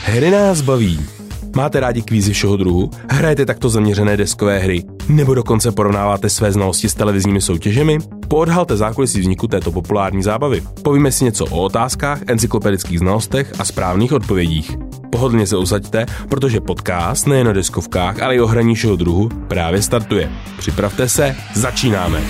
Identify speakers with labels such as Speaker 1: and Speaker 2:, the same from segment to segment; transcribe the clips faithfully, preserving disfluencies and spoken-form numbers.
Speaker 1: Hry nás baví. Máte rádi kvízy všeho druhu? Hrajete takto zaměřené deskové hry? Nebo dokonce porovnáváte své znalosti s televizními soutěžemi? Poodhalte zákulisí vzniku této populární zábavy. Povíme si něco o otázkách, encyklopedických znalostech a správných odpovědích. Pohodlně se usaďte, protože podcast nejen o deskovkách, ale i o hraní všeho druhu právě startuje. Připravte se, začínáme!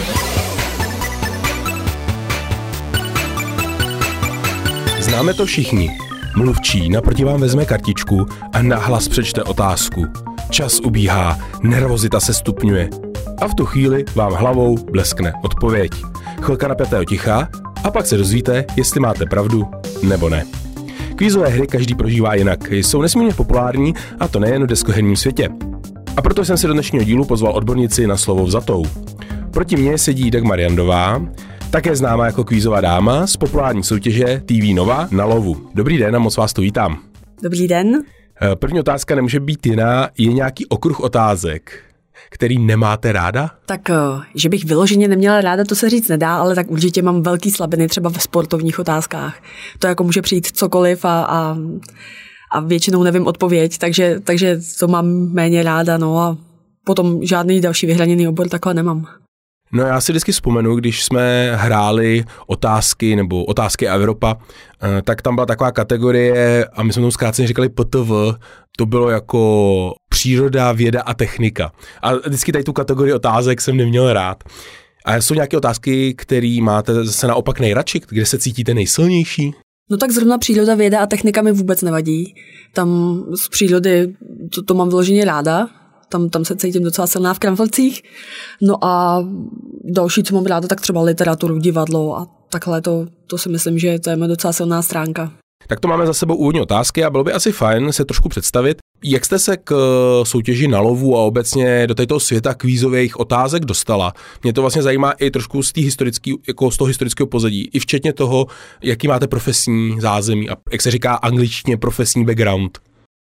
Speaker 1: Známe to všichni. Mluvčí naproti vám vezme kartičku a nahlas přečte otázku. Čas ubíhá, nervozita se stupňuje. A v tu chvíli vám hlavou bleskne odpověď. Chvilka napjatého ticha a pak se dozvíte, jestli máte pravdu nebo ne. Kvízové hry každý prožívá jinak, jsou nesmírně populární a to nejen v deskoherním světě. A proto jsem si do dnešního dílu pozval odbornici na slovo vzatou. Proti mně sedí Dagmar Jandová, také známá jako kvízová dáma z populární soutěže T V Nova na lovu. Dobrý den a moc vás tu vítám.
Speaker 2: Dobrý den.
Speaker 1: První otázka nemůže být jiná. Je nějaký okruh otázek, který nemáte ráda?
Speaker 2: Tak, že bych vyloženě neměla ráda, to se říct nedá, ale tak určitě mám velký slabiny třeba ve sportovních otázkách. To jako může přijít cokoliv a, a, a většinou nevím odpověď, takže, takže to mám méně ráda, no a potom žádný další vyhraněný obor takhle nemám.
Speaker 1: No já si vždycky vzpomenu, když jsme hráli otázky nebo otázky Evropa, tak tam byla taková kategorie a my jsme tomu zkráceně říkali P T V, to bylo jako příroda, věda a technika. A vždycky tady tu kategorii otázek jsem neměl rád. A jsou nějaké otázky, které máte zase naopak nejradši, kde se cítíte nejsilnější?
Speaker 2: No tak zrovna příroda, věda a technika mi vůbec nevadí. Tam z přírody to, to mám vyloženě ráda. Tam, tam se cítím docela silná v kramflecích. No a další, co mám ráda, tak třeba literaturu, divadlo a takhle to, to si myslím, že to je moje docela silná stránka.
Speaker 1: Tak to máme za sebou úvodní otázky a bylo by asi fajn se trošku představit, jak jste se k soutěži na lovu a obecně do této světa kvízových otázek dostala. Mě to vlastně zajímá i trošku z, historický, jako z toho historického pozadí, i včetně toho, jaký máte profesní zázemí a jak se říká angličtině profesní background.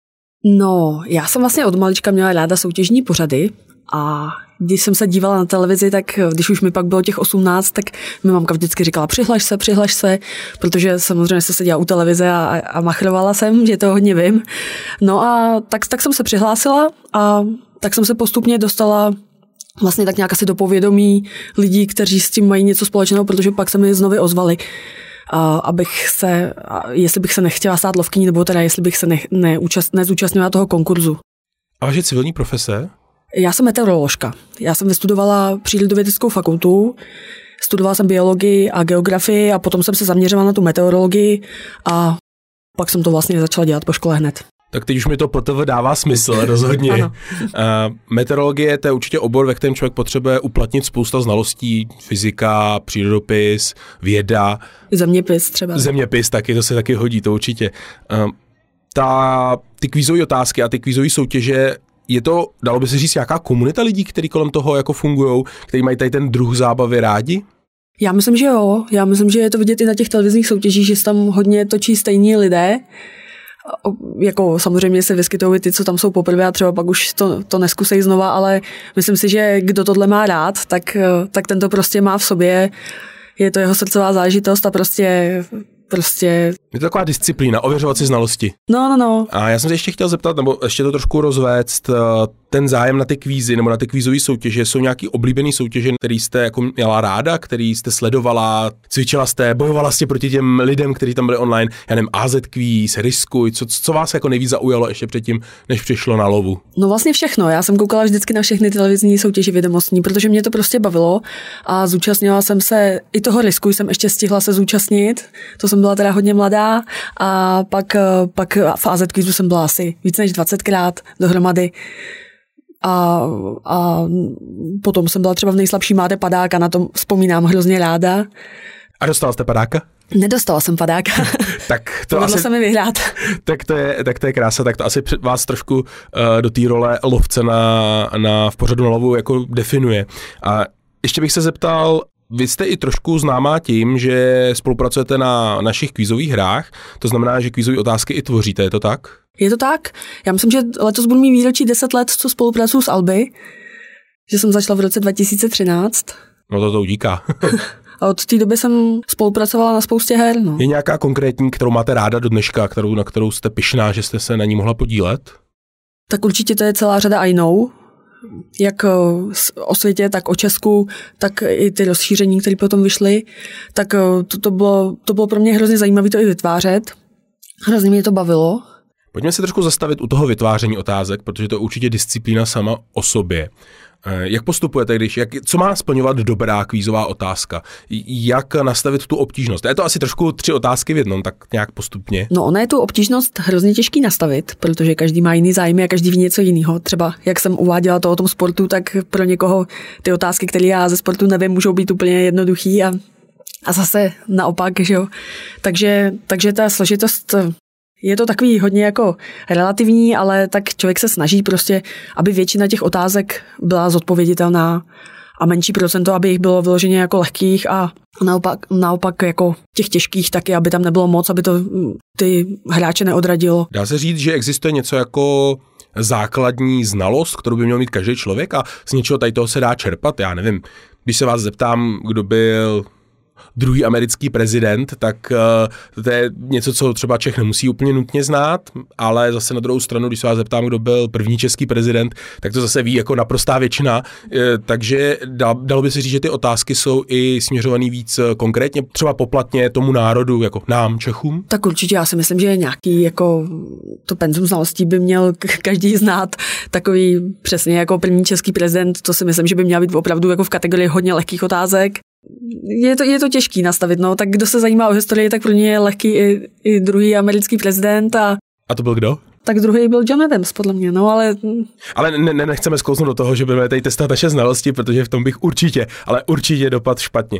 Speaker 2: No, já jsem vlastně od malička měla ráda soutěžní pořady a když jsem se dívala na televizi, tak když už mi pak bylo těch osmnáct, tak mi mamka vždycky říkala přihlaš se, přihlaš se, protože samozřejmě se seděla u televize a, a machrovala jsem, že to hodně vím. No a tak, tak jsem se přihlásila a tak jsem se postupně dostala vlastně tak nějak asi do povědomí lidí, kteří s tím mají něco společného, protože pak se mi znovu ozvali. Uh, abych se, uh, jestli bych se nechtěla stát lovkyní, nebo teda jestli bych se ne, neúčast, nezúčastnila toho konkurzu.
Speaker 1: A vaše civilní profese?
Speaker 2: Já jsem meteoroložka. Já jsem vystudovala přírodovědeckou fakultu, studovala jsem biologii a geografii a potom jsem se zaměřila na tu meteorologii a pak jsem to vlastně začala dělat po škole hned.
Speaker 1: Tak teď už mi to P T V dává smysl, rozhodně.
Speaker 2: Ano.
Speaker 1: Uh, meteorologie, to je určitě obor, ve kterém člověk potřebuje uplatnit spousta znalostí, fyzika, přírodopis, věda.
Speaker 2: Zeměpis třeba.
Speaker 1: Zeměpis taky, to se taky hodí, to určitě. Uh, ta, ty kvízové otázky a ty kvízové soutěže, je to, dalo by se říct, nějaká komunita lidí, kteří kolem toho jako fungujou, kteří mají tady ten druh zábavy rádi?
Speaker 2: Já myslím, že jo. Já myslím, že je to vidět i na těch televizních soutěžích, že se tam hodně točí stejní lidé. Jako samozřejmě se vyskytují ty, co tam jsou poprvé a třeba pak už to, to neskusejí znova, ale myslím si, že kdo tohle má rád, tak, tak ten to prostě má v sobě. Je to jeho srdcová záležitost a prostě... prostě...
Speaker 1: Je to taková disciplína, ověřovat si znalosti.
Speaker 2: No, no, no.
Speaker 1: A já jsem se ještě chtěl zeptat, nebo ještě to trošku rozvést, ten zájem na ty kvízy nebo na ty kvízové soutěže, jsou nějaký oblíbený soutěže, který jste jako měla ráda, který jste sledovala, cvičila jste, bojovala jste proti těm lidem, kteří tam byli online, já nevím, A Z Quiz, Riskuj, co, co vás jako nejvíc zaujalo ještě předtím, než přišlo na lovu?
Speaker 2: No vlastně všechno, já jsem koukala vždycky na všechny televizní soutěže vědomostní, protože mě to prostě bavilo a zúčastnila jsem se, i toho Riskuj jsem ještě stihla se zúčastnit, to jsem byla teda hodně mladá a pak, pak v A Z Quizu jsem byla asi víc než dvacetkrát dohromady. A, a potom jsem byla třeba v nejslabší máte padáka, na tom vzpomínám hrozně ráda.
Speaker 1: A dostala jste padáka?
Speaker 2: Nedostala jsem padáka.
Speaker 1: Tak to
Speaker 2: Povedlo
Speaker 1: asi,
Speaker 2: se mi vyhrát.
Speaker 1: Tak to, je, tak to je krása, tak to asi vás trošku uh, do té role lovce na, na, v pořadu na lovu jako definuje. A ještě bych se zeptal, vy jste i trošku známá tím, že spolupracujete na našich kvízových hrách, to znamená, že kvízové otázky i tvoříte, je to tak?
Speaker 2: Je to tak. Já myslím, že letos budu mít výročí deset let, co spolupracuju s Alby, že jsem začala v roce dva tisíce třináct.
Speaker 1: No to to udíká.
Speaker 2: A od té doby jsem spolupracovala na spoustě her. No.
Speaker 1: Je nějaká konkrétní, kterou máte ráda do dneška, kterou, na kterou jste pyšná, že jste se na ní mohla podílet?
Speaker 2: Tak určitě to je celá řada I know. Jak o světě, tak o Česku, tak i ty rozšíření, které potom vyšly. Tak to, to, bylo, to bylo pro mě hrozně zajímavé to i vytvářet. Hrozně mě to bavilo.
Speaker 1: Pojďme se trošku zastavit u toho vytváření otázek, protože to je určitě disciplína sama o sobě. Jak postupujete, když, jak, co má splňovat dobrá kvízová otázka? Jak nastavit tu obtížnost? Je to asi trošku tři otázky v jednom, tak nějak postupně.
Speaker 2: No, ona je tu obtížnost hrozně těžký nastavit, protože každý má jiný zájmy a každý ví něco jiného. Třeba, jak jsem uváděla to o tom sportu, tak pro někoho ty otázky, které já ze sportu nevím, můžou být úplně jednoduchý a, a zase naopak, že jo. Takže, takže ta složitost je to takový hodně jako relativní, ale tak člověk se snaží prostě, aby většina těch otázek byla zodpověditelná a menší procento, aby jich bylo vyloženě jako lehkých a naopak, naopak jako těch těžkých taky, aby tam nebylo moc, aby to ty hráče neodradilo.
Speaker 1: Dá se říct, že existuje něco jako základní znalost, kterou by měl mít každý člověk a z něčeho tady toho se dá čerpat? Já nevím, když se vás zeptám, kdo byl druhý americký prezident, tak uh, to je něco, co třeba Čech nemusí úplně nutně znát, ale zase na druhou stranu, když se vás zeptám, kdo byl první český prezident, tak to zase ví jako naprostá většina, uh, takže dal, dalo by se říct, že ty otázky jsou i směřovaný víc konkrétně, třeba poplatně tomu národu, jako nám, Čechům?
Speaker 2: Tak určitě já si myslím, že nějaký jako to penzum znalostí by měl každý znát, takový přesně jako první český prezident, to si myslím, že by měl být opravdu jako v kategorii hodně lehkých otázek. Je to, je to těžký nastavit, no. Tak kdo se zajímá o historii, tak pro ně je lehký i, i druhý americký prezident. A,
Speaker 1: a to byl kdo?
Speaker 2: Tak druhý byl John Adams, podle mě, no, ale...
Speaker 1: Ale ne, ne, nechceme sklouznout do toho, že budeme tady testovat naše znalosti, protože v tom bych určitě, ale určitě dopadl špatně.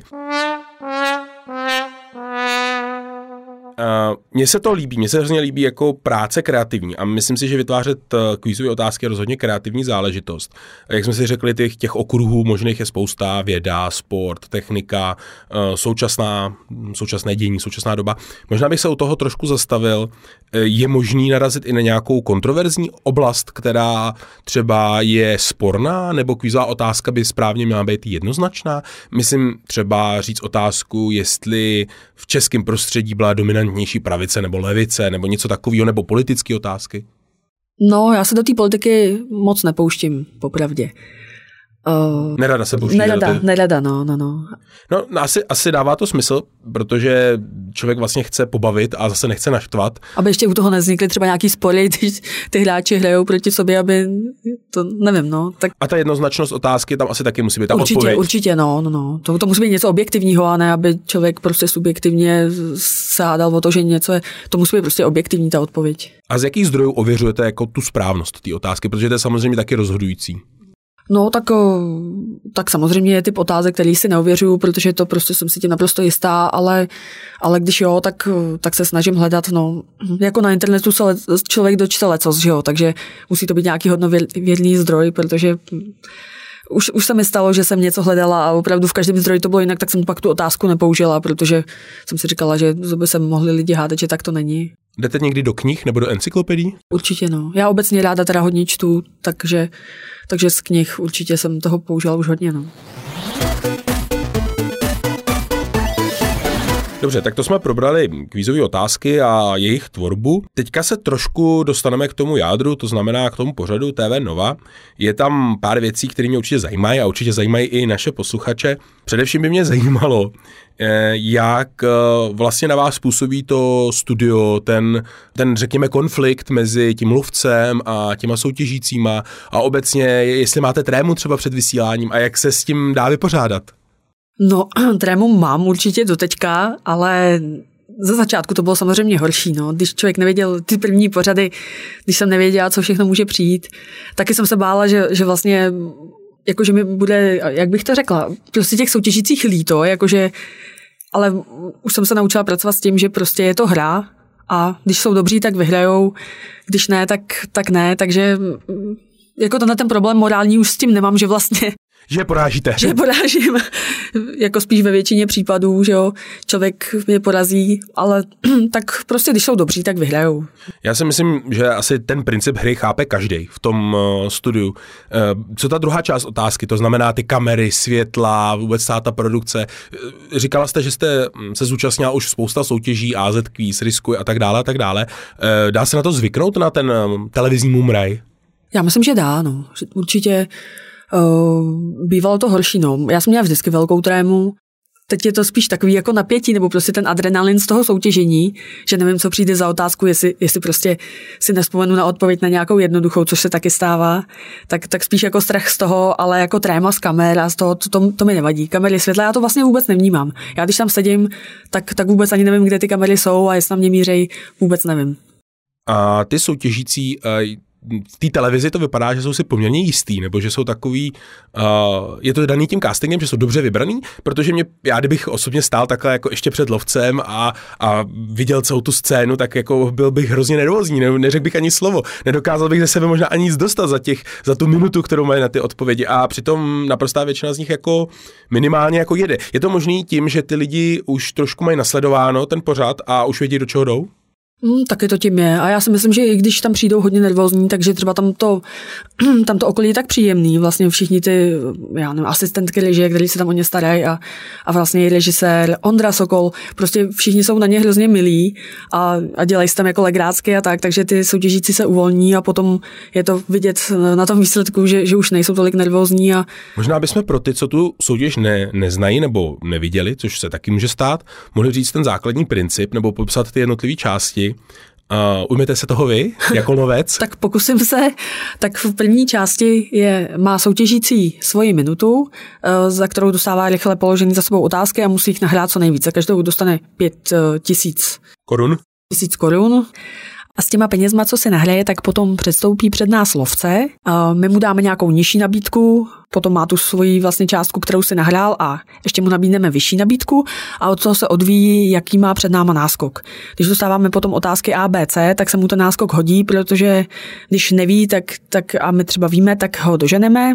Speaker 1: Uh, mně se to líbí, mně se hrozně líbí jako práce kreativní a myslím si, že vytvářet uh, kvízové otázky je rozhodně kreativní záležitost. Jak jsme si řekli, těch, těch okruhů možných je spousta, věda, sport, technika, uh, současná, současné dění, současná doba. Možná bych se u toho trošku zastavil. Uh, je možný narazit i na nějakou kontroverzní oblast, která třeba je sporná, nebo kvízová otázka by správně měla být jednoznačná? Myslím třeba říct otázku, jestli v českém prostředí byla dominantní pravice nebo levice, nebo něco takového, nebo politické otázky?
Speaker 2: No, já se do té politiky moc nepouštím, popravdě.
Speaker 1: Uh, nerada se pouští.
Speaker 2: Nerada, ty... nerada, no, no, no.
Speaker 1: No, asi, asi dává to smysl, protože člověk vlastně chce pobavit a zase nechce naštvat.
Speaker 2: Aby ještě u toho nevznikly třeba nějaký spory, když ty hráči hrajou proti sobě, aby to, nevím, no. Tak...
Speaker 1: A ta jednoznačnost otázky tam asi taky musí být ta
Speaker 2: určitě,
Speaker 1: odpověď.
Speaker 2: Určitě, no, no, no. To, to musí být něco objektivního, a ne, aby člověk prostě subjektivně se hádal o to, že něco je, to musí být prostě objektivní ta odpověď.
Speaker 1: A z jakých zdrojů ověřujete jako tu správnost té otázky, protože to je samozřejmě taky rozhodující?
Speaker 2: No, tak, tak samozřejmě je typ otázek, který si neověřuju, protože to prostě jsem si tím naprosto jistá, ale, ale když jo, tak, tak se snažím hledat, no, jako na internetu se le, člověk dočte lecos, že jo, takže musí to být nějaký hodnověrný zdroj, protože už, už se mi stalo, že jsem něco hledala a opravdu v každém zdroji to bylo jinak, tak jsem pak tu otázku nepoužila, protože jsem si říkala, že by se mohli lidi hádat, že tak to není.
Speaker 1: Jdete někdy do knih nebo do encyklopedií?
Speaker 2: Určitě, no. Já obecně ráda teda hodně čtu, takže, takže z knih určitě jsem toho použila už hodně, no.
Speaker 1: Dobře, tak to jsme probrali kvízové otázky a jejich tvorbu. Teďka se trošku dostaneme k tomu jádru, to znamená k tomu pořadu T V Nova. Je tam pár věcí, které mě určitě zajímají a určitě zajímají i naše posluchače. Především by mě zajímalo, jak vlastně na vás působí to studio, ten, ten řekněme konflikt mezi tím mluvcem a těma soutěžícíma a obecně, jestli máte trému třeba před vysíláním a jak se s tím dá vypořádat.
Speaker 2: No, trému mám určitě doteďka, ale za začátku to bylo samozřejmě horší, no. Když člověk nevěděl ty první pořady, když jsem nevěděla, co všechno může přijít, taky jsem se bála, že, že vlastně, jakože mi bude, jak bych to řekla, prostě těch soutěžících líto, jakože, ale už jsem se naučila pracovat s tím, že prostě je to hra a když jsou dobří, tak vyhrajou, když ne, tak, tak ne, takže jako tenhle ten problém morální už s tím nemám, že vlastně.
Speaker 1: Že je porážíte.
Speaker 2: Že je porážím, jako spíš ve většině případů, že jo, člověk mě porazí, ale tak prostě, když jsou dobří, tak vyhrajou.
Speaker 1: Já si myslím, že asi ten princip hry chápe každý v tom uh, studiu. Uh, co ta druhá část otázky, to znamená ty kamery, světla, vůbec ta produkce. Uh, říkala jste, že jste se zúčastnila už spousta soutěží, á zet Quiz, Riskuj a tak dále a tak dále. Uh, dá se na to zvyknout, na ten um, televizní mumraj? Já
Speaker 2: myslím, že dá, no. Určitě uh, bývalo to horší, no. Já jsem měla vždycky velkou trému. Teď je to spíš takový jako napětí, nebo prostě ten adrenalin z toho soutěžení, že nevím, co přijde za otázku, jestli, jestli prostě si nevzpomenu na odpověď na nějakou jednoduchou, což se taky stává, tak, tak spíš jako strach z toho, ale jako tréma z kamer a z toho, to, to, to mi nevadí. Kamery, světla, já to vlastně vůbec nevnímám. Já když tam sedím, tak, tak vůbec ani nevím, kde ty kamery jsou a jestli na mě mířejí, vůbec nevím.
Speaker 1: A ty soutěžící, v té televizi to vypadá, že jsou si poměrně jistý, nebo že jsou takový, uh, je to daný tím castingem, že jsou dobře vybraný, protože mě, já kdybych osobně stál takhle jako ještě před lovcem a, a viděl celou tu scénu, tak jako byl bych hrozně nervózní, ne, neřekl bych ani slovo, nedokázal bych ze sebe možná ani nic dostat za, těch, za tu minutu, kterou mají na ty odpovědi a přitom naprostá většina z nich jako minimálně jako jede. Je to možný tím, že ty lidi už trošku mají nasledováno ten pořad a už vědí, do čeho jdou?
Speaker 2: Hmm, taky to tím je. A já si myslím, že i když tam přijdou hodně nervózní, takže třeba tam to, tam to okolí je tak příjemný. Vlastně všichni ty, já nevím, asistentky režie, kteří se tam o ně starají a, a vlastně i režisér, Ondra Sokol, prostě všichni jsou na ně hrozně milí a, a dělají se tam jako legrácky a tak, takže ty soutěžící se uvolní a potom je to vidět na tom výsledku, že, že už nejsou tolik nervózní. A...
Speaker 1: Možná bychom pro ty, co tu soutěž ne, neznají nebo neviděli, což se taky může stát, mohli říct ten základní princip nebo popsat ty jednotlivé části. Uh, ujmete se toho vy, jako lovec?
Speaker 2: Tak pokusím se. Tak v první části je, má soutěžící svoji minutu, uh, za kterou dostává rychle položený za sebou otázky a musí jich nahrát co nejvíce. Každou dostane pět uh, tisíc
Speaker 1: korun.
Speaker 2: Tisíc korun. A s těma penězma, co si nahraje, tak potom předstoupí před nás lovce. My mu dáme nějakou nižší nabídku, potom má tu svoji vlastně částku, kterou si nahrál a ještě mu nabídneme vyšší nabídku a od toho se odvíjí, jaký má před náma náskok. Když dostáváme potom otázky A, B, C, tak se mu ten náskok hodí, protože když neví, tak, tak a my třeba víme, tak ho doženeme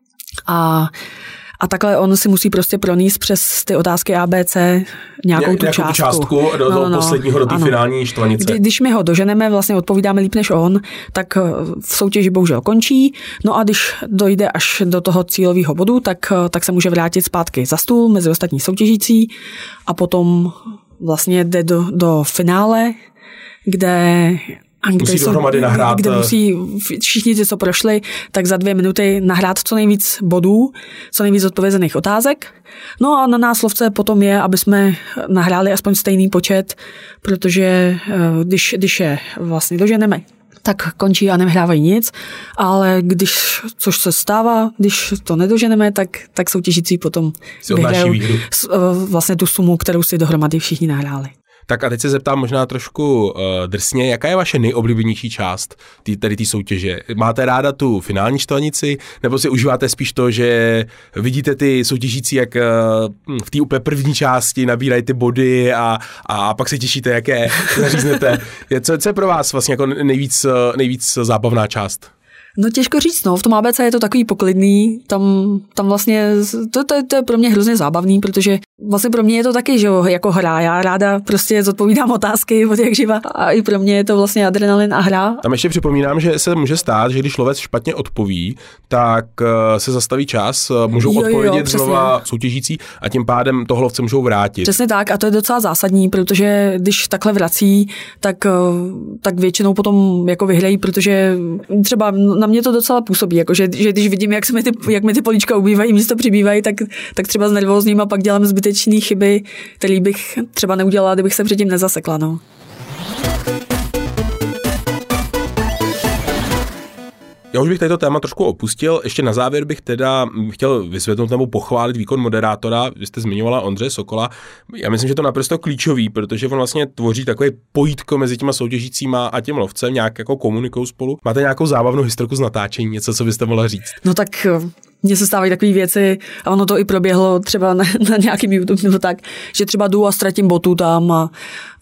Speaker 2: a A takhle on si musí prostě pronést přes ty otázky A, B, C nějakou tu částku.
Speaker 1: částku do toho no, no, posledního, do té finální štvanice.
Speaker 2: Kdy, když my ho doženeme, vlastně odpovídáme líp než on, tak v soutěži bohužel končí. No a když dojde až do toho cílového bodu, tak, tak se může vrátit zpátky za stůl mezi ostatní soutěžící a potom vlastně jde do, do finále, kde... A
Speaker 1: musí
Speaker 2: jsou,
Speaker 1: dohromady nahrát.
Speaker 2: Kde musí všichni ty, co prošli, tak za dvě minuty nahrát co nejvíc bodů, co nejvíc odpovězených otázek. No a na nás lovce potom je, aby jsme nahráli aspoň stejný počet, protože když, když je vlastně doženeme, tak končí a nehrávají nic, ale když, což se stává, když to nedoženeme, tak, tak soutěžící potom vyhrajou vlastně tu sumu, kterou si dohromady všichni nahráli.
Speaker 1: Tak a teď se zeptám možná trošku uh, drsně, jaká je vaše nejoblíbenější část tý, tady té soutěže? Máte ráda tu finální štvanici, nebo si užíváte spíš to, že vidíte ty soutěžící, jak uh, v té úplně první části nabírají ty body a, a pak se těšíte, jaké zaříznete? Co, co je pro vás vlastně jako nejvíc, nejvíc zábavná část?
Speaker 2: No těžko říct, no, v tom A B C je to takový poklidný, tam, tam vlastně, to, to, to je pro mě hrozně zábavný, protože vlastně pro mě je to taky, že jo, jako hra, já ráda prostě zodpovídám otázky od jak živa a i pro mě je to vlastně adrenalin a hra.
Speaker 1: Tam ještě připomínám, že se může stát, že když lovec špatně odpoví, tak se zastaví čas, můžou jo, odpovědět jo, znova soutěžící a tím pádem toho lovce můžou vrátit.
Speaker 2: Přesně tak a to je docela zásadní, protože když takhle vrací, tak, tak většinou potom jako vyhrají, protože třeba na mě to docela působí, jako že, že když vidím, jak, se mi ty, jak mi ty políčka ubývají, místo přibývají, tak, tak třeba s nervózním a pak dělám zbytečné chyby, které bych třeba neudělala, kdybych se předtím nezasekla. No.
Speaker 1: Já už bych tady to téma trošku opustil. Ještě na závěr bych teda chtěl vysvětlit nebo pochválit výkon moderátora. Vy jste zmiňovala Ondřeje Sokola. Já myslím, že to je naprosto klíčový, protože on vlastně tvoří takové pojítko mezi těma soutěžícíma a tím lovcem, nějak jako komunikují spolu. Máte nějakou zábavnou historku z natáčení, něco, co byste mohla říct?
Speaker 2: No tak mně se stávají takové věci a ono to i proběhlo třeba na, na nějakým YouTube nebo tak, že třeba jdu a ztratím botu tam a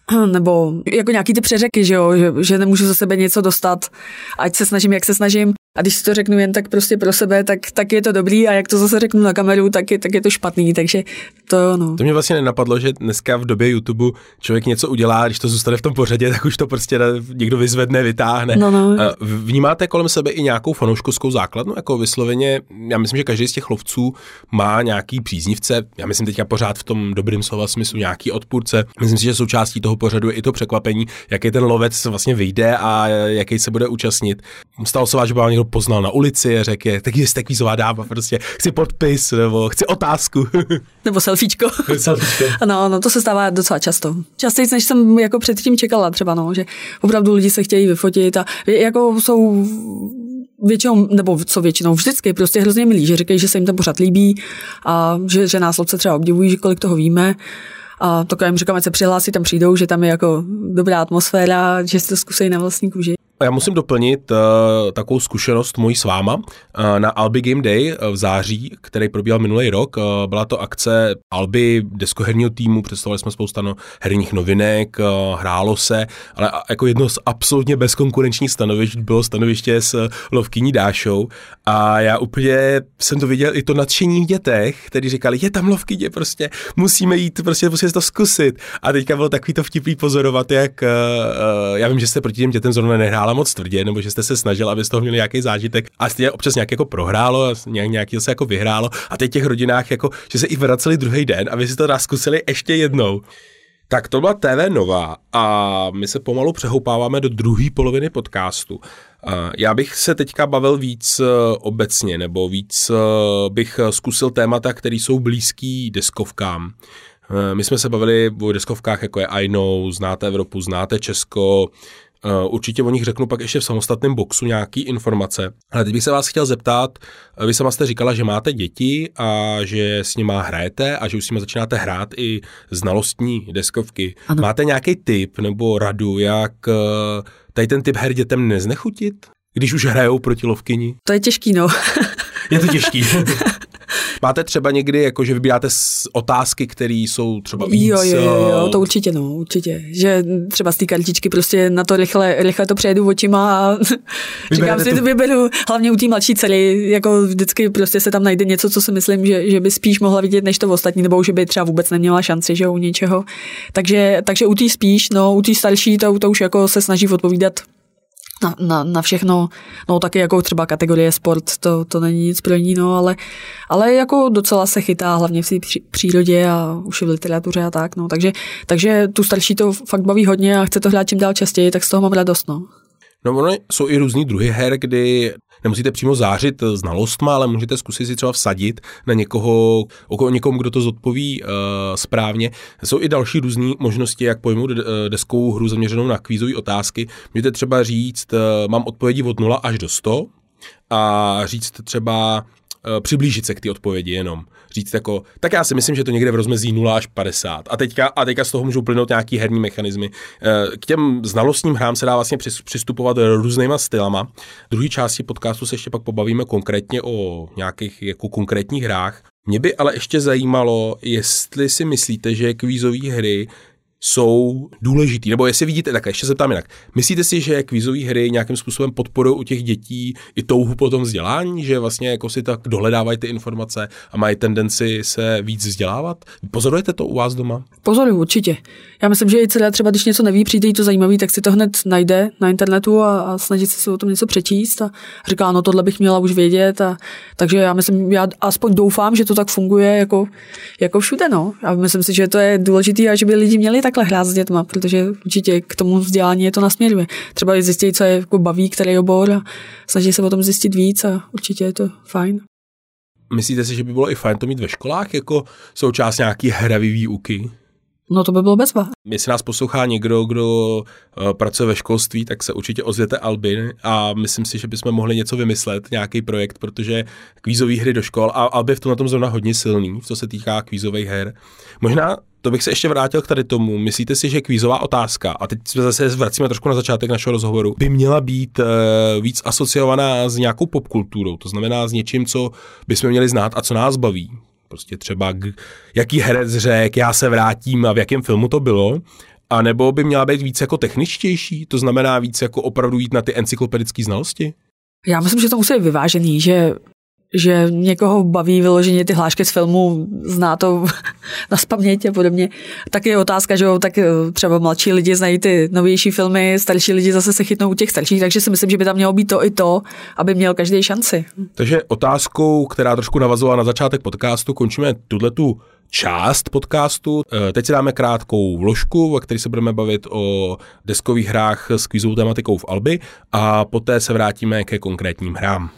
Speaker 2: nebo jako nějaký ty přeřeky, že jo, že, že nemůžu za sebe něco dostat, ať se snažím, jak se snažím. A když si to řeknu jen tak prostě pro sebe, tak, tak je to dobrý a jak to zase řeknu na kameru, tak je, tak je to špatný, takže to no.
Speaker 1: To mě vlastně nenapadlo, že dneska v době YouTube člověk něco udělá, když to zůstane v tom pořadě, tak už to prostě někdo vyzvedne, vytáhne.
Speaker 2: No, no.
Speaker 1: Vnímáte kolem sebe i nějakou fanouškovskou základnu? Jako vysloveně, já myslím, že každý z těch lovců má nějaký příznivce, já myslím teďka pořád v tom dobrým slova smyslu nějaký odpůrce. Myslím si, že součástí toho pořadu je i to překvapení, jaký ten lovec vlastně vyjde a jaký se bude účastnit. Stalo se vás, že by vám někdo poznal na ulici a řekl, tak jste kvízová dáma, prostě chci podpis nebo chci otázku.
Speaker 2: Nebo selfiečko.
Speaker 1: selfiečko.
Speaker 2: No, no, to se stává docela často. Častěji, než jsem jako předtím čekala třeba, no, že opravdu lidi se chtějí vyfotit a jako jsou většinou, nebo co většinou, vždycky prostě hrozně milí, že říkají, že se jim ten pořad líbí a že, že nás lovce třeba obdivují, že kolik toho víme. A to jim říkám, ať se přihlásí, tam přijdou, že tam je jako dobrá atmosféra, že si to zkusí na vlastní kůži.
Speaker 1: Já musím doplnit uh, takovou zkušenost mojí s váma. Uh, na Albi Game Day uh, v září, který probíhal minulý rok, uh, byla to akce Albi deskoherního týmu, představovali jsme spousta no, herních novinek, uh, hrálo se, ale jako jedno z absolutně bezkonkurenčních stanovišť bylo stanoviště s lovkyní Dášou a já úplně jsem to viděl i to nadšení v dětech, kteří říkali, je tam lovkyně, prostě musíme jít, prostě musíme to zkusit. A teďka bylo takový to vtipný pozorovat, jak uh, uh, já vím, že jste proti těm dětem zrovna nehráli moc tvrdě, nebo že jste se snažil, aby z toho měli nějaký zážitek a stejně občas nějak jako prohrálo, nějak, nějaký se jako vyhrálo a teď těch rodinách jako, že se i vraceli druhý den a vy si to zkusili ještě jednou. Tak to byla T V Nova a my se pomalu přehoupáváme do druhé poloviny podcastu. Já bych se teďka bavil víc obecně, nebo víc bych zkusil témata, které jsou blízký deskovkám. My jsme se bavili o deskovkách, jako je I Know, znáte Evropu, znáte Česko. Určitě o nich řeknu pak ještě v samostatném boxu nějaký informace. Ale teď bych se vás chtěl zeptat, vy sama jste říkala, že máte děti a že s nima hrajete a že už s nima začínáte hrát i znalostní deskovky. Ano. Máte nějaký tip nebo radu, jak tady ten typ her dětem neznechutit, když už hrajou proti lovkyni?
Speaker 2: To je těžký, no.
Speaker 1: Je to těžký. Máte třeba někdy, jako že vybíráte otázky, které jsou třeba víc...
Speaker 2: Jo, jo, jo, jo, to určitě, no, určitě. Že třeba z té kartičky prostě na to rychle, rychle to přejedu očima a říkám si, to vyberu, hlavně u té mladší dcery, jako vždycky prostě se tam najde něco, co si myslím, že, že by spíš mohla vidět než to ostatní, nebo že by třeba vůbec neměla šanci, že u něčeho. Takže, takže u té spíš, no, u té starší to, to už jako se snaží odpovídat Na, na, na všechno, no taky jako třeba kategorie sport, to, to není nic pro ní, no, ale, ale jako docela se chytá hlavně v té přírodě a už v literatuře a tak, no, takže, takže tu starší to fakt baví hodně a chce to hrát čím dál častěji, tak z toho mám radost, no.
Speaker 1: No, ono jsou i různý druhy her, kdy nemusíte přímo zářit znalostma, ale můžete zkusit si třeba vsadit na někoho, okolo někomu, kdo to zodpoví uh, správně. Jsou i další různé možnosti, jak pojmout deskovou hru zaměřenou na kvízové otázky. Můžete třeba říct, uh, mám odpovědi od nula až do sto a říct třeba přiblížit se k té odpovědi jenom. Říct jako, tak já si myslím, že to někde v rozmezí nula až padesát. A teďka, a teďka z toho můžou plynout nějaký herní mechanismy. K těm znalostním hrám se dá vlastně přistupovat různýma stylama. V druhé části podcastu se ještě pak pobavíme konkrétně o nějakých jako konkrétních hrách. Mě by ale ještě zajímalo, jestli si myslíte, že kvízové hry jsou důležitý, nebo jestli vidíte, tak ještě se ptám jinak. Myslíte si, že kvízové hry nějakým způsobem podporují u těch dětí i touhu po tom vzdělání, že vlastně jako si tak dohledávají ty informace a mají tendenci se víc vzdělávat? Pozorujete to u vás doma?
Speaker 2: Pozoruju, určitě. Já myslím, že i celé třeba, když něco neví, přijde jí to zajímavý, tak si to hned najde na internetu a, a snaží se o tom něco přečíst a říká, no tohle bych měla už vědět. A, takže já myslím, já aspoň doufám, že to tak funguje jako, jako všude, no. A myslím si, že to je důležitý a že by lidi měli takhle hrát s dětma, protože určitě k tomu vzdělání je to nasměruje. Třeba i zjistit, co je jako baví, který obor a snaží se o tom zjistit víc a určitě je to fajn.
Speaker 1: Myslíte si, že by bylo i fajn to mít ve školách jako součást nějaký hravý výuky?
Speaker 2: No to by bylo bezva.
Speaker 1: Jestli nás poslouchá někdo, kdo uh, pracuje ve školství, tak se určitě ozvěte Albin a myslím si, že bychom mohli něco vymyslet, nějaký projekt, protože kvízové hry do škol a Albi v tom na tom zrovna hodně silný, co se týká kvízových her. Možná to bych se ještě vrátil k tady tomu. Myslíte si, že kvízová otázka, a teď se zase vracíme trošku na začátek našeho rozhovoru, by měla být uh, víc asociovaná s nějakou popkulturou, to znamená s něčím, co bychom měli znát a co nás baví? Prostě třeba jaký herec řekl, já se vrátím a v jakém filmu to bylo, a nebo by měla být víc jako techničtější, to znamená víc jako opravdu jít na ty encyklopedické znalosti?
Speaker 2: Já myslím, že to musí být vyvážený, že, že někoho baví vyloženě ty hlášky z filmu, zná to na spaměť a podobně. Tak je otázka, že jo, tak třeba mladší lidi znají ty novější filmy, starší lidi zase se chytnou u těch starších, takže si myslím, že by tam mělo být to i to, aby měl každý šanci.
Speaker 1: Takže otázkou, která trošku navazovala na začátek podcastu, končíme tuhletu část podcastu. Teď si dáme krátkou vložku, ve které se budeme bavit o deskových hrách s kvízovou tematikou v Albi a poté se vrátíme ke konkrétním hrám.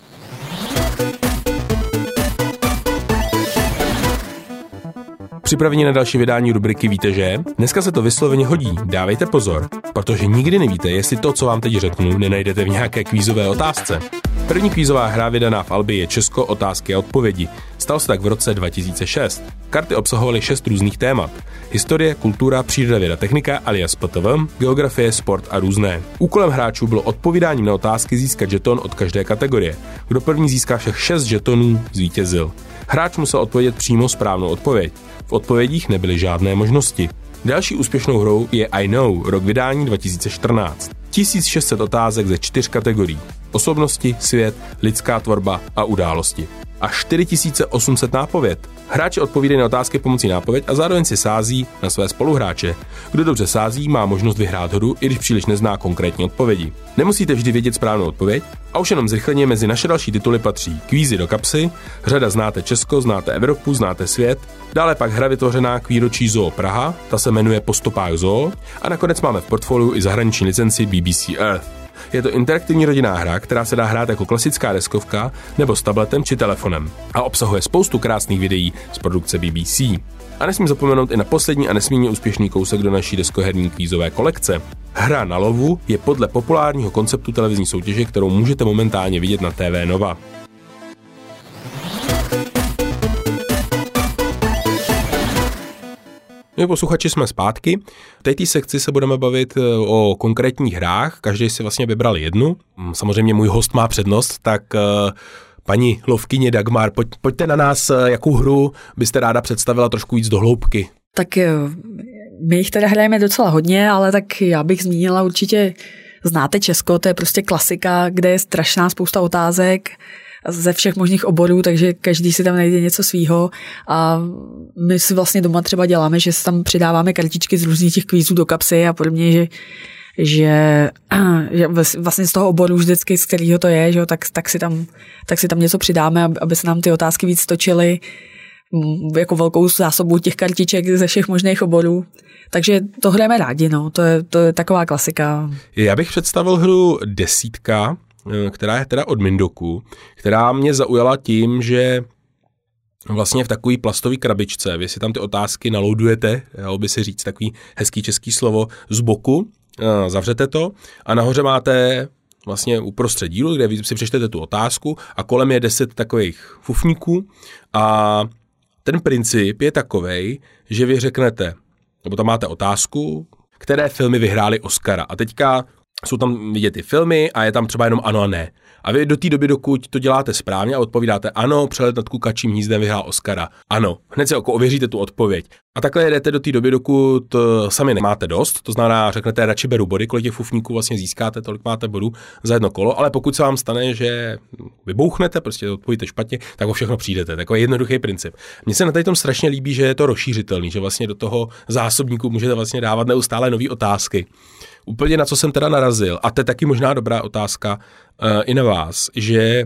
Speaker 1: Připraveni na další vydání rubriky Víte, že? Dneska se to vysloveně hodí, dávejte pozor, protože nikdy nevíte, jestli to, co vám teď řeknu, nenajdete v nějaké kvízové otázce. První kvízová hra vydaná v Albi je Česko otázky a odpovědi. Stalo se tak v roce dva tisíce šest. Karty obsahovaly šest různých témat. Historie, kultura, příroda, věda, technika alias P T V, geografie, sport a různé. Úkolem hráčů bylo odpovídáním na otázky získat žeton od každé kategorie. Kdo první získá všech šest žetonů, zvítězil. Hráč musel odpovědět přímo správnou odpověď. V odpovědích nebyly žádné možnosti. Další úspěšnou hrou je I Know, rok vydání dva tisíce čtrnáct. tisíc šest set otázek ze čtyř kategorií. Osobnosti, svět, lidská tvorba a události. A čtyři tisíce osm set nápověd. Hráči odpovídají na otázky pomocí nápověd a zároveň si sází na své spoluhráče. Kdo dobře sází, má možnost vyhrát hru, i když příliš nezná konkrétní odpovědi. Nemusíte vždy vědět správnou odpověď, a už jenom zrychleně mezi naše další tituly patří Kvízy do kapsy, řada Znáte Česko, znáte Evropu, znáte svět, dále pak hra vytvořená k výročí Zoo Praha, ta se jmenuje Po stopách zoo, a nakonec máme v portfoliu i zahraniční licenci B B C Earth. Je to interaktivní rodinná hra, která se dá hrát jako klasická deskovka nebo s tabletem či telefonem a obsahuje spoustu krásných videí z produkce B B C. A nesmím zapomenout i na poslední a nesmírně úspěšný kousek do naší deskoherní kvízové kolekce. Hra na lovu je podle populárního konceptu televizní soutěže, kterou můžete momentálně vidět na T V Nova. My posluchači jsme zpátky. V této sekci se budeme bavit o konkrétních hrách, každý si vlastně vybral jednu. Samozřejmě můj host má přednost, tak paní lovkyně Dagmar, pojď, pojďte na nás, jakou hru byste ráda představila trošku víc do hloubky.
Speaker 2: Tak my jich teda hrajeme docela hodně, ale tak já bych zmínila určitě Znáte Česko, to je prostě klasika, kde je strašná spousta otázek ze všech možných oborů, takže každý si tam najde něco svýho a my si vlastně doma třeba děláme, že si tam přidáváme kartičky z různých těch kvízů do kapsy a podobně, že, že, že vlastně z toho oboru vždycky, z kterého to je, že, tak, tak, si tam, tak si tam něco přidáme, aby se nám ty otázky víc točily, jako velkou zásobu těch kartiček ze všech možných oborů. Takže to hrajeme rádi, no. To je, to je taková klasika. Já
Speaker 1: bych představil hru Desítka, která je teda od Mindoku, která mě zaujala tím, že vlastně v takové plastové krabičce, vy si tam ty otázky naloadujete, dalo by si říct takový hezký český slovo, z boku, zavřete to a nahoře máte vlastně uprostřed dílu, kde vy si přečtete tu otázku a kolem je deset takových fufníků a ten princip je takovej, že vy řeknete, nebo tam máte otázku, které filmy vyhrály Oscara a teďka jsou tam vidět ty filmy a je tam třeba jenom ano a ne. A vy do té doby, dokud to děláte správně a odpovídáte ano, Přelet nad kukačím hnízdem vyhrál Oscara. Ano, hned si jako ověříte tu odpověď. A takhle jedete do té doby, dokud sami nemáte dost, to znamená, řeknete, radši beru body, kolik těch fufníků vlastně získáte, tolik máte bodů za jedno kolo, ale pokud se vám stane, že vybouchnete, prostě odpovíte špatně, tak o všechno přijdete. Takový jednoduchý princip. Mně se na tady tom strašně líbí, že je to rozšířitelný, že vlastně do toho zásobníku můžete vlastně dávat neustále nové otázky. Úplně na co jsem teda narazil, a to je taky možná dobrá otázka uh, i na vás, že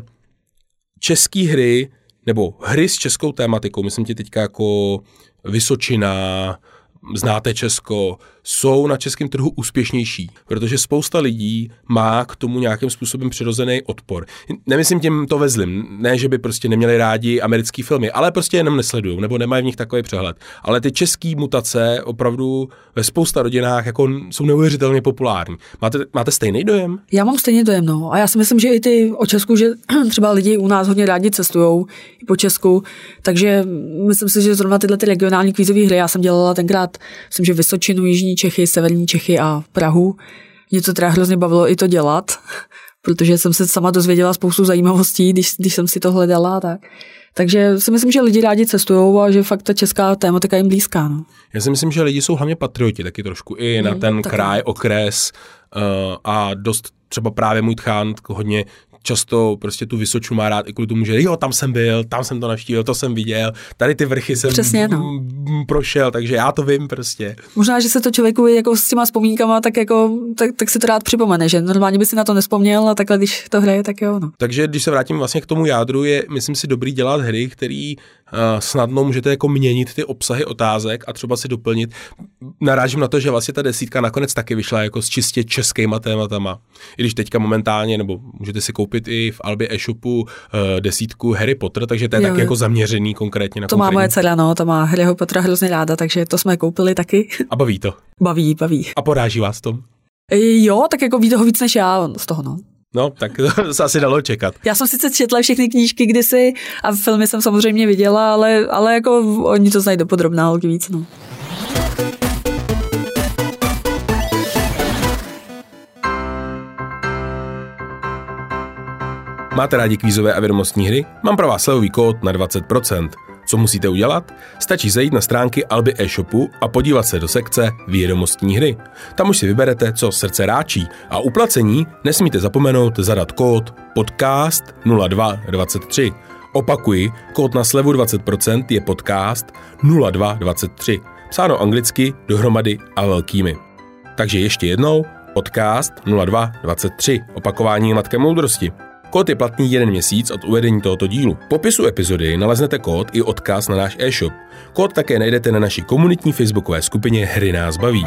Speaker 1: české hry, nebo hry s českou tématikou, myslím ti teďka jako Vysočina, Znáte Česko, jsou na českém trhu úspěšnější, protože spousta lidí má k tomu nějakým způsobem přirozený odpor. Nemyslím tím to ve zlým, ne, že by prostě neměli rádi americký filmy, ale prostě jenom nesledují, nebo nemají v nich takový přehled. Ale ty český mutace opravdu ve spousta rodinách jako jsou neuvěřitelně populární. Máte, máte stejný dojem? Já mám stejný dojem, no. A já si myslím, že i ty o Česku, že třeba lidi u nás hodně rádi cestujou po Česku, takže myslím si, že zrovna tyhle ty regionální kvízové hry, já jsem dělala tenkrát, myslím, že Vysočinu, Jižní Čechy, Severní Čechy a Prahu. Mě to teda hrozně bavilo i to dělat, protože jsem se sama dozvěděla spoustu zajímavostí, když, když jsem si to hledala. Tak. Takže si myslím, že lidi rádi cestujou a že fakt ta česká tématika jim blízká. No. Já si myslím, že lidi jsou hlavně patrioti taky trošku i na ten mm, kraj, okres uh, a dost třeba právě můj tchán hodně často prostě tu Vysočinu má rád i kvůli tomu, že jo, tam jsem byl, tam jsem to navštívil, to jsem viděl, tady ty vrchy jsem
Speaker 2: Přesně, no.
Speaker 1: prošel, takže já to vím prostě.
Speaker 2: Možná, že se to člověku jako s těma vzpomínkama tak jako, tak, tak si to rád připomene, že normálně by si na to nespomněl a takhle, když to hraje, tak jo, no.
Speaker 1: Takže když se vrátím vlastně k tomu jádru, je, myslím si, dobrý dělat hry, který uh, snadno můžete jako měnit ty obsahy otázek a třeba si doplnit. Narážím na to, že vlastně ta desítka nakonec taky vyšla jako s čistě českýma tématama. I když teďka momentálně, nebo můžete si koupit i v Albě e-shopu uh, desítku Harry Potter, takže to je jo, taky jo. jako zaměřený konkrétně na
Speaker 2: to
Speaker 1: konkrétní.
Speaker 2: má moje dcera, no, to má Harryho Pottera hrozně ráda, takže to jsme koupili taky.
Speaker 1: A baví to?
Speaker 2: Baví, baví.
Speaker 1: A poráží vás tom?
Speaker 2: Jo, tak jako ví toho víc než já z toho, no.
Speaker 1: No, tak to se asi dalo čekat.
Speaker 2: Já jsem sice četla všechny knížky kdysi a filmy jsem samozřejmě viděla, ale, ale jako oni to znají dopodrobná hodně víc, no.
Speaker 1: Máte rádi kvízové a vědomostní hry? Mám pro vás slevový kód na dvacet procent. Co musíte udělat? Stačí zajít na stránky Alby e-shopu a podívat se do sekce Vědomostní hry. Tam už si vyberete, co srdce ráčí a u placení nesmíte zapomenout zadat kód podcast nula dva dvacet tři. Opakuji, kód na slevu dvacet procent je podcast nula dva dvacet tři. Psáno anglicky, dohromady a velkými. Takže ještě jednou, podcast nula dva dvacet tři. Opakování je matka moudrosti. Kód je platný jeden měsíc od uvedení tohoto dílu. V popisu epizody naleznete kód i odkaz na náš e-shop. Kód také najdete na naší komunitní facebookové skupině Hry nás baví.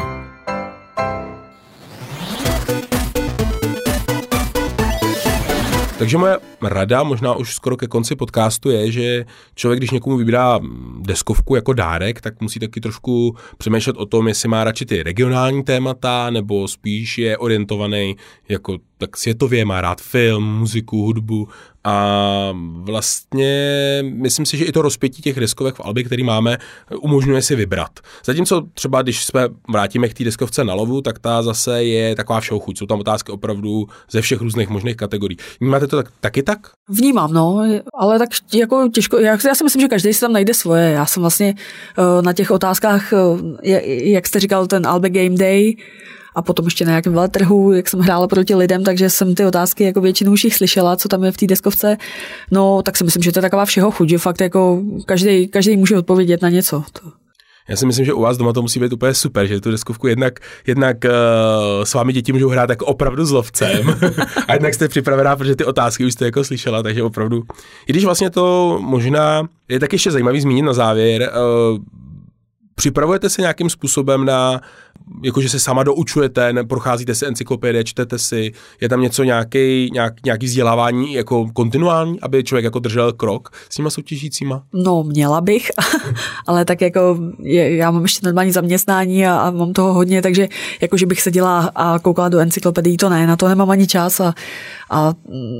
Speaker 1: Takže moje rada, možná už skoro ke konci podcastu, je, že člověk, když někomu vybírá deskovku jako dárek, tak musí taky trošku přemýšlet o tom, jestli má radši ty regionální témata, nebo spíš je orientovaný jako tak světově, má rád film, muziku, hudbu a vlastně myslím si, že i to rozpětí těch deskovek v Albě, který máme, umožňuje si vybrat. Zatímco třeba, když jsme vrátíme k té deskovce na lovu, tak ta zase je taková všeochuť. Jsou tam otázky opravdu ze všech různých možných kategorií. Máte to tak, taky tak?
Speaker 2: Vnímám, no, ale tak jako těžko, já, já si myslím, že každý si tam najde svoje. Já jsem vlastně uh, na těch otázkách, uh, jak jste říkal, ten Albe Game Day, a potom ještě na nějakém veletrhu, jak jsem hrála proti lidem, takže jsem ty otázky jako většinou už jich slyšela, co tam je v té deskovce. No, tak si myslím, že to je taková všeho chuť, že fakt jako každý, každý může odpovědět na něco. To.
Speaker 1: Já si myslím, že u vás doma to musí být úplně super, že tu deskovku jednak, jednak uh, s vámi děti můžou hrát jako opravdu s lovcem a jednak jste připravená, protože ty otázky už jste jako slyšela, takže opravdu. I když vlastně to možná je tak ještě zajímavý zmínit na závěr, uh, připravujete se nějakým způsobem na, jakože se sama doučujete, ne, procházíte si encyklopedie, čtete si, je tam něco nějaký, nějak, nějaký vzdělávání jako kontinuální, aby člověk jako držel krok s těma soutěžícíma?
Speaker 2: No, měla bych, ale tak jako je, já mám ještě normální zaměstnání a, a mám toho hodně, takže jakože bych seděla a koukala do encyklopedií, to ne, na to nemám ani čas a, a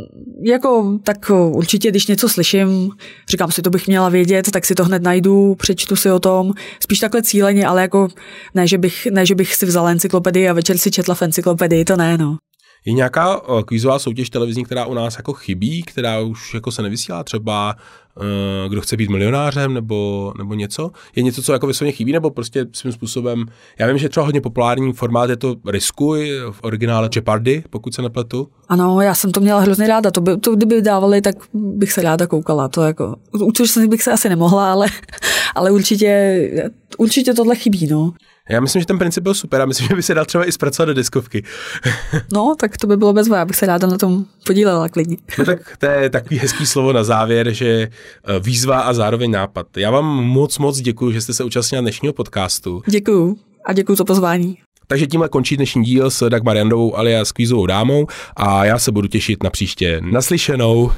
Speaker 2: jako tak určitě, když něco slyším, říkám si, to bych měla vědět, tak si to hned najdu, přečtu si o tom, spíš takhle cíleně, ale jako ne, že bych, ne, že bych si vzala encyklopedii a večer si četla v encyklopedii, to ne, no.
Speaker 1: Je nějaká kvízová soutěž televizní, která u nás jako chybí, která už jako se nevysílá, třeba uh, kdo chce být milionářem nebo, nebo něco? Je něco, co jako vyslovně chybí, nebo prostě svým způsobem, já vím, že třeba hodně populární formát je to Riskuj, v originále Jeopardy, pokud se nepletu.
Speaker 2: Ano, já jsem to měla hrozně ráda, to, by, to kdyby dávali, tak bych se ráda koukala, to jako, určitě bych se asi nemohla, ale, ale určitě, určitě tohle chybí, no.
Speaker 1: Já myslím, že ten princip byl super a myslím, že by se dal třeba i zpracovat do deskovky.
Speaker 2: No, tak to by bylo bezva, já bych se ráda na tom podílela klidně.
Speaker 1: No tak to je takový hezký slovo na závěr, že výzva a zároveň nápad. Já vám moc, moc děkuji, že jste se účastnila dnešního podcastu.
Speaker 2: Děkuju a děkuju za pozvání.
Speaker 1: Takže tímhle končí dnešní díl s Dagmar Jandovou alias Kvízovou dámou a já se budu těšit na příště. Naslyšenou.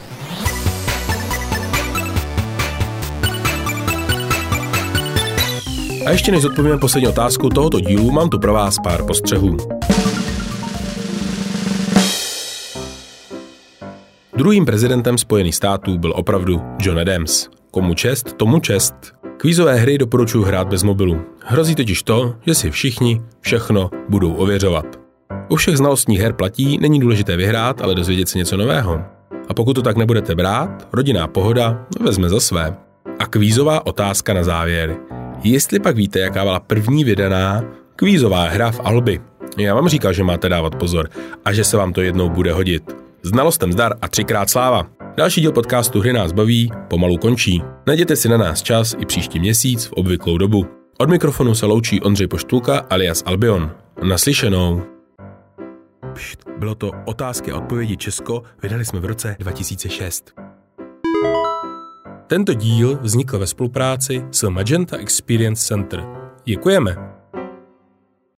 Speaker 1: A ještě než zodpovíme poslední otázku tohoto dílu, mám tu pro vás pár postřehů. Druhým prezidentem Spojených států byl opravdu John Adams. Komu čest, tomu čest. Kvízové hry doporučuji hrát bez mobilu. Hrozí totiž to, že si všichni všechno budou ověřovat. U všech znalostních her platí, není důležité vyhrát, ale dozvědět se něco nového. A pokud to tak nebudete brát, rodinná pohoda vezme za své. A kvízová otázka na závěr. Jestli pak víte, jaká byla první vydaná kvízová hra v Albi. Já vám říkal, že máte dávat pozor a že se vám to jednou bude hodit. Znalostem zdar a třikrát sláva. Další díl podcastu Hry nás baví pomalu končí. Najděte si na nás čas i příští měsíc v obvyklou dobu. Od mikrofonu se loučí Ondřej Poštulka alias Albion. Naslyšenou. Pšt, bylo to Otázky a odpovědi Česko, vydali jsme v roce dva tisíce šest. Tento díl vznikl ve spolupráci s Magenta Experience Center. Děkujeme.